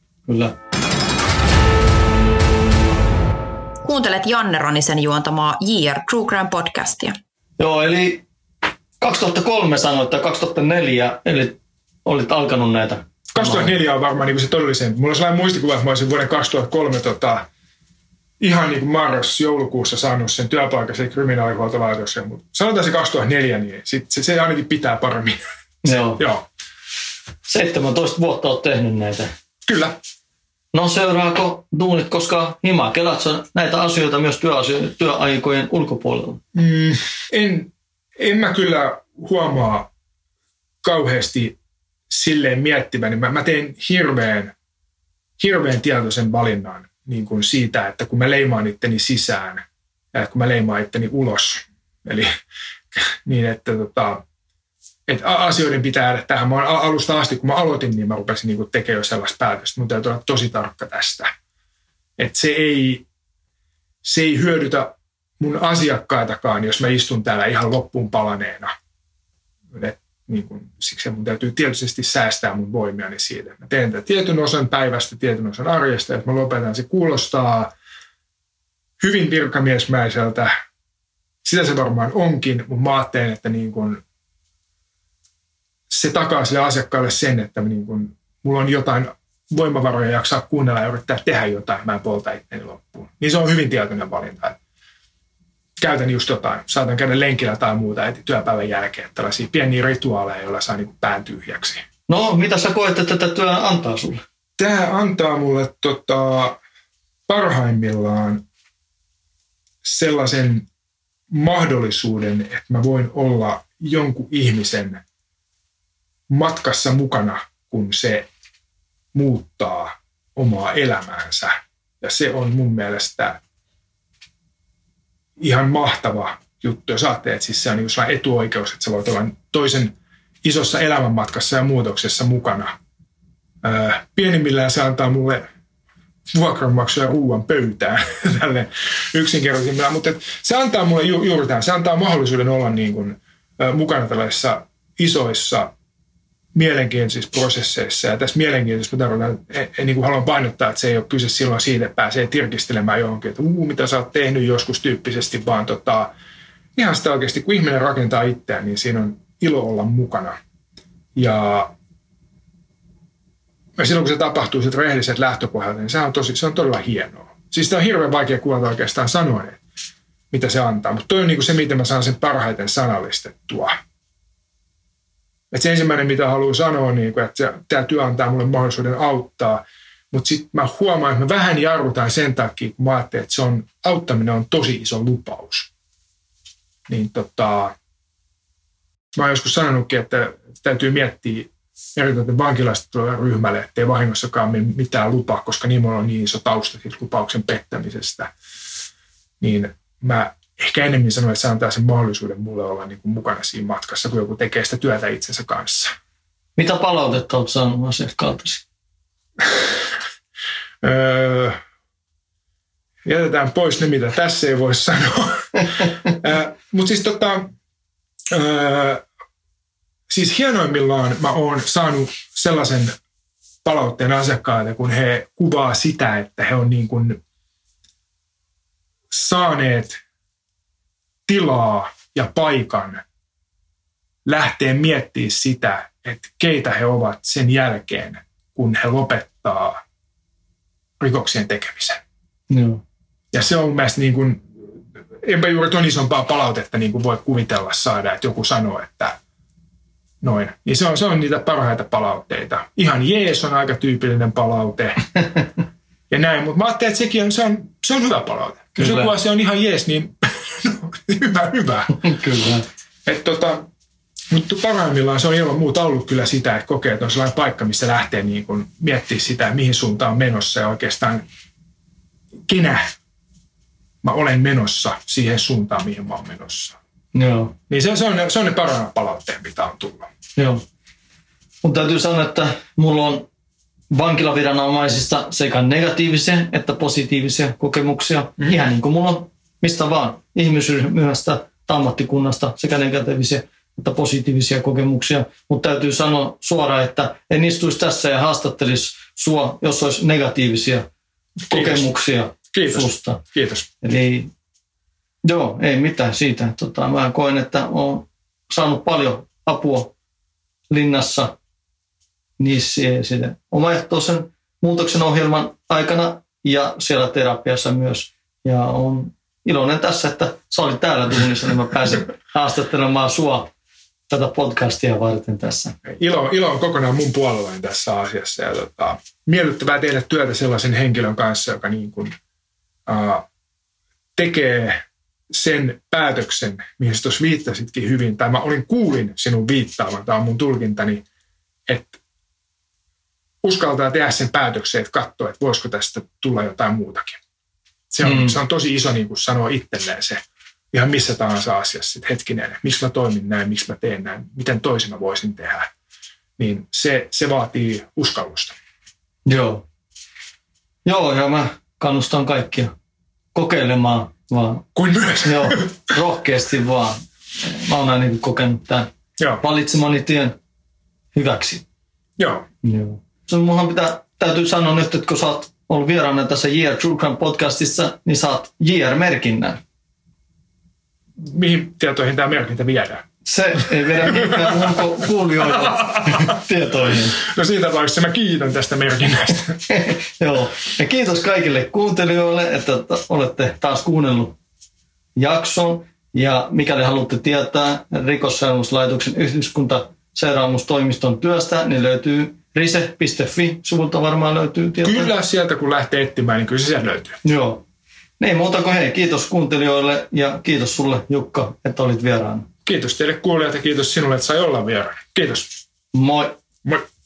Kuuntelet Janne Ronisen juontamaa JR True Crime podcastia. Joo, eli 2003 sanoit, tai 2004, eli olit alkanut näitä. 2004 on varmaan niin se todellisen. Mulla on sellainen muistikuva, että mä olisin vuoden 2003 ihan niin kuin marras-joulukuussa saanut sen työpaikallisen kriminaalihuoltolaitoksen, mutta sanotaan se 2004, niin se ainakin pitää paremmin. Joo. 17 vuotta olet tehnyt näitä. Kyllä. No seuraako duunit koskaan himaa? Kelaatko näitä asioita myös työaikojen ulkopuolella? En mä kyllä huomaa kauheasti silleen miettiväni. Mä teen hirveän tietoisen valinnan niin kuin siitä, että kun mä leimaan itteni sisään ja kun mä leimaan itteni ulos. Eli niin, että asioiden pitää jäädä tähän. Mä oon alusta asti, kun mä aloitin, niin mä rupesin niin tekemään jo sellaista päätöstä. Mun täytyy olla tosi tarkka tästä. Että se ei hyödytä mun asiakkaitakaan, jos mä istun täällä ihan loppuun palaneena. Siksi mun täytyy tietysti säästää mun voimiani siitä. Mä teen tätä tietyn osan päivästä, tietyn osan arjesta, että mä lopetan. Se kuulostaa hyvin virkamiesmäiseltä. Sitä se varmaan onkin, mutta mä ajattelen, että niin kun se takaa sille asiakkaalle sen, että niin kun mulla on jotain voimavaroja jaksaa kuunnella ja yrittää tehdä jotain, mä en polta itteni loppuun. Niin se on hyvin tietoinen valinta. Käytän just jotain, saatan käydä lenkillä tai muuta työpäivän jälkeen, tällaisia pieniä rituaaleja, joilla saa niin pään tyhjäksi. No, mitä sä koet, että tätä työ antaa sulle? Tämä antaa mulle parhaimmillaan sellaisen mahdollisuuden, että mä voin olla jonkun ihmisen matkassa mukana, kun se muuttaa omaa elämäänsä. Ja se on mun mielestä ihan mahtava juttu, jos ajattelee, että siis se on niin sellainen etuoikeus, että sä voit olla toisen isossa elämänmatkassa ja muutoksessa mukana. Pienimmillään se antaa mulle vuokranmaksuja ruuan pöytään tälleen yksinkertaisimmillaan, mutta se antaa mulle juuri tämän. Se antaa mahdollisuuden olla niin kuin mukana tällaisissa isoissa mielenkiintoisissa prosesseissa. Ja tässä mielenkiintoisessa mä tarkoitan, niin kuin haluan painottaa, että se ei ole kyse silloin siitä, että pääsee tirkistelemään johonkin, että mitä sä oot tehnyt joskus tyyppisesti, vaan ihan sitä oikeasti, kun ihminen rakentaa itseään, niin siinä on ilo olla mukana. Ja silloin, kun se tapahtuu sieltä rehelliset lähtöpohjalta, niin se on todella hienoa. Siis sitä on hirveän vaikea kuvata oikeastaan sanoa, mitä se antaa, mutta toi on niin kuin se, miten mä saan sen parhaiten sanallistettua. Että se ensimmäinen, mitä haluan sanoa, on, että tämä työ antaa mulle mahdollisuuden auttaa, mutta sitten mä huomaan, että mä vähän jarrutan sen takia, kun mä ajattelen, että auttaminen on tosi iso lupaus. Niin mä oon joskus sanonutkin, että täytyy miettiä erityisesti vankilasta tulevalle ryhmälle, ettei vahingossakaan mene mitään lupaa, koska niin on niin iso tausta siitä lupauksen pettämisestä. Niin mä ehkä enemmän sanoin, että se antaa sen mahdollisuuden mulle olla niin kuin mukana siinä matkassa, kun joku tekee sitä työtä itsensä kanssa. Mitä palautetta olet saanut asiakkaaltasi? Jätetään pois ne, mitä tässä ei voi sanoa. Mutta siis hienoimmillaan mä oon saanut sellaisen palautteen asiakkaille, kun he kuvaa sitä, että he on niin kuin saaneet tilaa ja paikan lähteä miettimään sitä, että keitä he ovat sen jälkeen, kun he lopettaa rikoksien tekemisen. Joo. Ja se on mun mielestä niin kuin, enpä juuri ton isompaa palautetta niin kuin voi kuvitella saada, että joku sanoo, että Noin. Niin se on niitä parhaita palautteita. Ihan jees on aika tyypillinen palaute. Ja näin, mutta mä ajattelin, että se on hyvä palaute. Jos joku asia on ihan jees, niin hyvä. Kyllä. Mutta parhaimmillaan se on ilman muuta ollut kyllä sitä, että kokee, että on sellainen paikka, missä lähtee niin kun miettimään sitä, mihin suuntaan on menossa ja oikeastaan kenä mä olen menossa siihen suuntaan, mihin mä oon menossa. Joo. Niin se on ne parhaat palautteet, mitä on tullut. Joo. Mun täytyy sanoa, että mulla on vankilaviranomaisista sekä negatiivisia että positiivisia kokemuksia. Ihan niin kuin mulla on mistä vaan ihmisryhmästä, ammattikunnasta sekä negatiivisia että positiivisia kokemuksia. Mutta täytyy sanoa suoraan, että en istuisi tässä ja haastattelisi sua, jos olisi negatiivisia kokemuksia susta. Kiitos. Eli joo, ei mitään siitä. Mä koen, että olen saanut paljon apua linnassa niissä omaehtoisen muutoksen ohjelman aikana ja siellä terapiassa myös. Ja olen iloinen tässä, että sä olit täällä tunnissa, niin mä pääsin haastattelemaan sua tätä podcastia varten tässä. Ilo on kokonaan mun puolellani tässä asiassa. Ja miellyttävää tehdä työtä sellaisen henkilön kanssa, joka niin kuin, tekee sen päätöksen, mihin sä tuossa viittasitkin hyvin, tai mä kuulin sinun viittaavan, tämä on mun tulkintani, että uskaltaa tehdä sen päätöksen, että katsoo, että voisiko tästä tulla jotain muutakin. Se on tosi iso niin kuin sanoa itselleen se, ihan missä tahansa asiassa, että hetkinen, miksi mä toimin näin, miksi mä teen näin, miten toisin mä voisin tehdä. Niin se vaatii uskallusta. Joo, ja mä kannustan kaikkia kokeilemaan vaan. Kuin myös. Joo, rohkeasti vaan. Mä oon aina kokenut tämän valitsemani tien hyväksi. Joo. Munhan täytyy sanoa nyt, että kun sä oot ollut vieraana tässä Year True Crime podcastissa, niin saat Year-merkinnän. Mihin tietoihin tämä merkintä viedään? Se ei viedä mihinkään mun kuulijoille tietoihin. No siinä tapauksessa mä kiitän tästä merkinnästä. Joo, ja kiitos kaikille kuuntelijoille, että olette taas kuunnellut jakson. Ja mikäli haluatte tietää Rikosseuraamuslaitoksen yhdyskuntaseuraamustoimiston työstä, niin löytyy rise.fi-sivulta varmaan löytyy tietoa. Kyllä sieltä kun lähtee etsimään, niin kyllä se sieltä löytyy. Joo. Niin muuta kuin hei, kiitos kuuntelijoille ja kiitos sulle Jukka, että olit vieraana. Kiitos teille kuulijat ja kiitos sinulle, että sai olla vieraana. Kiitos. Moi. Moi.